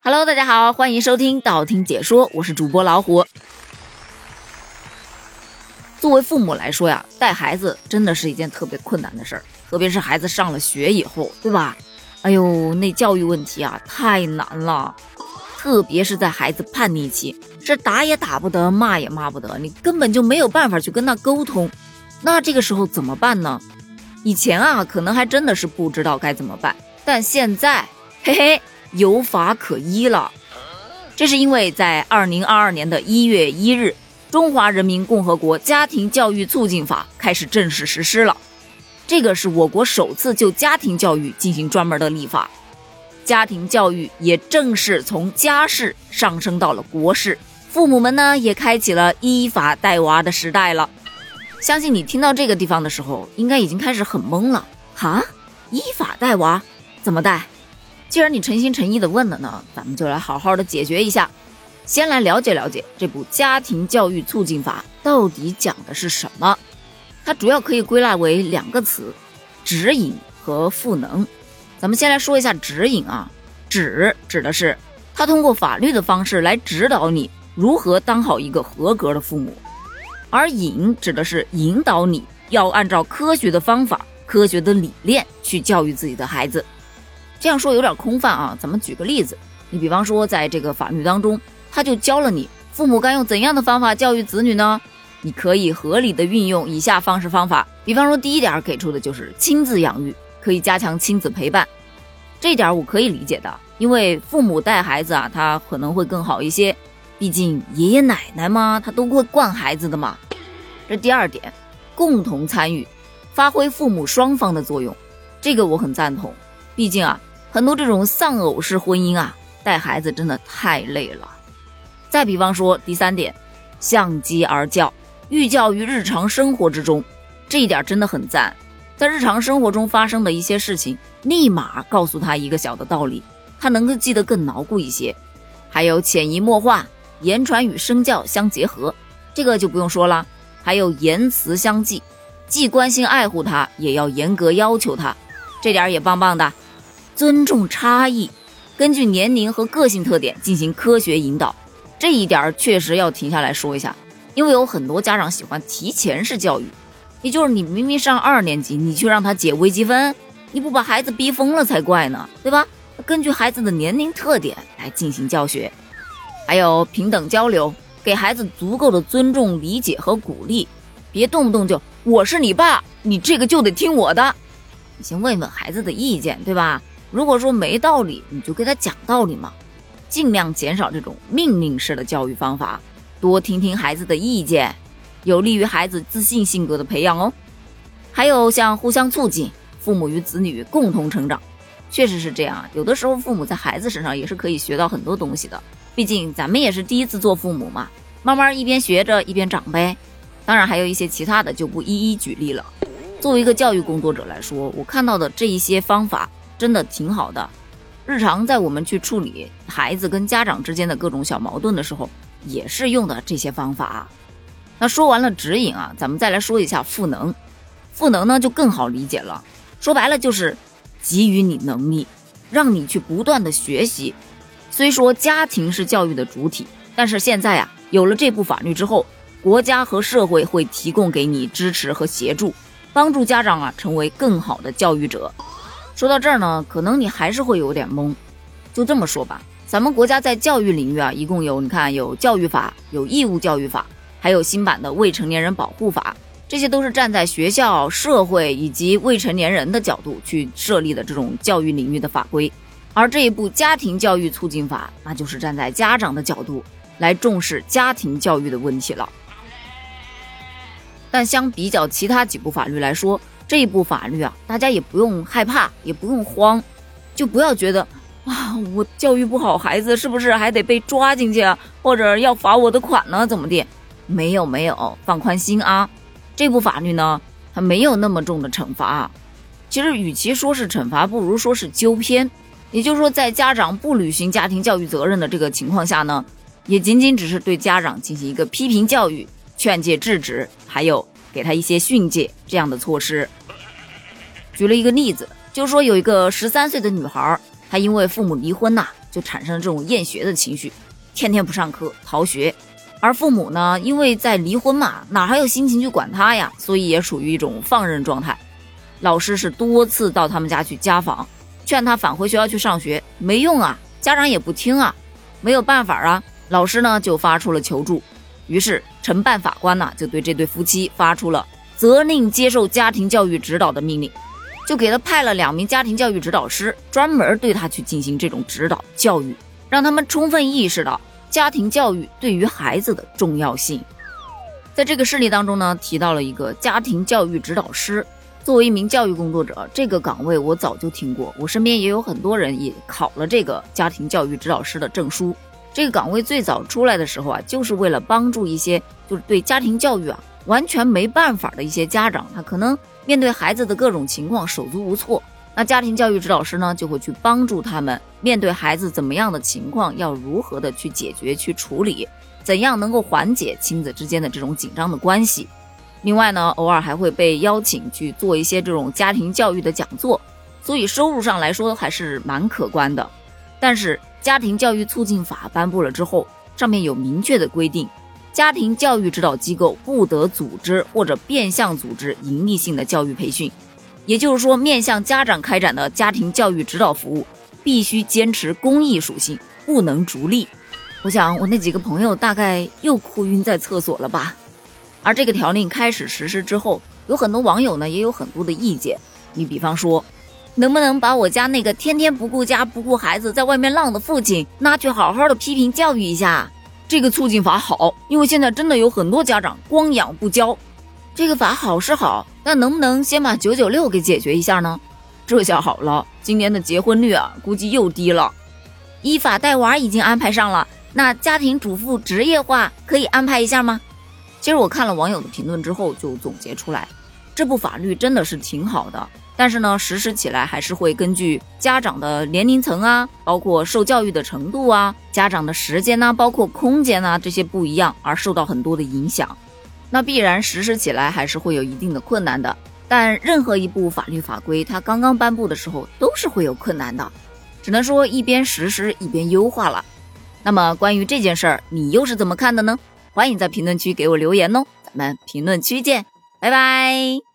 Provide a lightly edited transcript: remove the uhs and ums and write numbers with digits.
Hello， 大家好，欢迎收听道听解说，我是主播老虎。作为父母来说呀，带孩子真的是一件特别困难的事儿，特别是孩子上了学以后，对吧？哎呦，那教育问题啊，太难了。特别是在孩子叛逆期，是打也打不得，骂也骂不得，你根本就没有办法去跟他沟通。那这个时候怎么办呢？以前啊，可能还真的是不知道该怎么办，但现在，嘿嘿，有法可依了。这是因为在2022年的1月1日，中华人民共和国家庭教育促进法开始正式实施了。这个是我国首次就家庭教育进行专门的立法，家庭教育也正式从家事上升到了国事，父母们呢也开启了依法带娃的时代了。相信你听到这个地方的时候，应该已经开始很懵了。哈，依法带娃怎么带？既然你诚心诚意的问了呢，咱们就来好好的解决一下。先来了解了解这部家庭教育促进法到底讲的是什么。它主要可以归纳为2个词，指引和赋能。咱们先来说一下指引啊，指的是它通过法律的方式来指导你如何当好一个合格的父母，而引指的是引导你要按照科学的方法、科学的理念去教育自己的孩子。这样说有点空泛啊，咱们举个例子，你比方说在这个法律当中，他就教了你父母该用怎样的方法教育子女呢？你可以合理的运用以下方式方法。比方说第一点给出的就是亲自养育，可以加强亲子陪伴。这一点我可以理解的，因为父母带孩子啊，他可能会更好一些，毕竟爷爷奶奶嘛，他都会惯孩子的嘛。这第二点，共同参与，发挥父母双方的作用，这个我很赞同。毕竟啊，很多这种丧偶式婚姻啊，带孩子真的太累了。再比方说第三点，相机而教，寓教于日常生活之中，这一点真的很赞。在日常生活中发生的一些事情，立马告诉他一个小的道理，他能够记得更牢固一些。还有潜移默化，言传与身教相结合，这个就不用说了。还有言辞相济，既关心爱护他，也要严格要求他，这点也棒棒的。尊重差异，根据年龄和个性特点进行科学引导，这一点确实要停下来说一下。因为有很多家长喜欢提前式教育，也就是你明明上2年级，你去让他解微积分，你不把孩子逼疯了才怪呢，对吧？根据孩子的年龄特点来进行教学。还有平等交流，给孩子足够的尊重、理解和鼓励，别动不动就我是你爸，你这个就得听我的。你先问问孩子的意见，对吧？如果说没道理，你就给他讲道理嘛。尽量减少这种命令式的教育方法，多听听孩子的意见，有利于孩子自信性格的培养哦。还有像互相促进，父母与子女共同成长，确实是这样。有的时候父母在孩子身上也是可以学到很多东西的，毕竟咱们也是第一次做父母嘛，慢慢一边学着一边长呗。当然还有一些其他的就不一一举例了。作为一个教育工作者来说，我看到的这一些方法真的挺好的。日常在我们去处理孩子跟家长之间的各种小矛盾的时候，也是用的这些方法。那说完了指引啊，咱们再来说一下赋能。赋能呢就更好理解了，说白了就是给予你能力，让你去不断的学习。虽说家庭是教育的主体，但是现在啊，有了这部法律之后，国家和社会会提供给你支持和协助，帮助家长啊成为更好的教育者。说到这儿呢，可能你还是会有点懵。就这么说吧，咱们国家在教育领域啊，一共有你看有教育法，有义务教育法，还有新版的未成年人保护法，这些都是站在学校、社会以及未成年人的角度去设立的这种教育领域的法规。而这一部家庭教育促进法，那就是站在家长的角度来重视家庭教育的问题了。但相比较其他几部法律来说，这一部法律啊，大家也不用害怕，也不用慌，就不要觉得啊，我教育不好孩子是不是还得被抓进去啊，或者要罚我的款呢，怎么的？没有，放宽心啊。这部法律呢，它没有那么重的惩罚。其实与其说是惩罚，不如说是纠偏。也就是说，在家长不履行家庭教育责任的这个情况下呢，也仅仅只是对家长进行一个批评教育、劝诫制止，还有给他一些训诫这样的措施。举了一个例子，就是说有一个13岁的女孩，她因为父母离婚就产生了这种厌学的情绪，天天不上课逃学。而父母呢，因为在离婚嘛，哪还有心情去管他呀，所以也处于一种放任状态。老师是多次到他们家去家访，劝他返回学校去上学，没用啊，家长也不听啊，没有办法啊，老师呢就发出了求助。于是承办法官呢就对这对夫妻发出了责令接受家庭教育指导的命令，就给他派了2名家庭教育指导师，专门对他去进行这种指导教育，让他们充分意识到家庭教育对于孩子的重要性。在这个事例当中呢，提到了一个家庭教育指导师。作为一名教育工作者，这个岗位我早就听过，我身边也有很多人也考了这个家庭教育指导师的证书。这个岗位最早出来的时候啊，就是为了帮助一些就是对家庭教育啊完全没办法的一些家长，他可能面对孩子的各种情况手足无措，那家庭教育指导师呢就会去帮助他们面对孩子怎么样的情况要如何的去解决去处理，怎样能够缓解亲子之间的这种紧张的关系。另外呢，偶尔还会被邀请去做一些这种家庭教育的讲座，所以收入上来说还是蛮可观的。但是家庭教育促进法颁布了之后，上面有明确的规定，家庭教育指导机构不得组织或者变相组织盈利性的教育培训，也就是说，面向家长开展的家庭教育指导服务必须坚持公益属性，不能逐利。我想我那几个朋友大概又哭晕在厕所了吧。而这个条令开始实施之后，有很多网友呢也有很多的意见。你比方说，能不能把我家那个天天不顾家不顾孩子在外面浪的父亲拿去好好的批评教育一下？这个促进法好，因为现在真的有很多家长光养不教。这个法好是好，但能不能先把996给解决一下呢？这下好了，今年的结婚率啊估计又低了。依法带娃已经安排上了，那家庭主妇职业化可以安排一下吗？其实我看了网友的评论之后就总结出来，这部法律真的是挺好的，但是呢实施起来还是会根据家长的年龄层啊，包括受教育的程度啊，家长的时间啊，包括空间啊，这些不一样而受到很多的影响。那必然实施起来还是会有一定的困难的，但任何一部法律法规它刚刚颁布的时候都是会有困难的，只能说一边实施一边优化了。那么关于这件事儿，你又是怎么看的呢？欢迎在评论区给我留言哦，咱们评论区见，拜拜。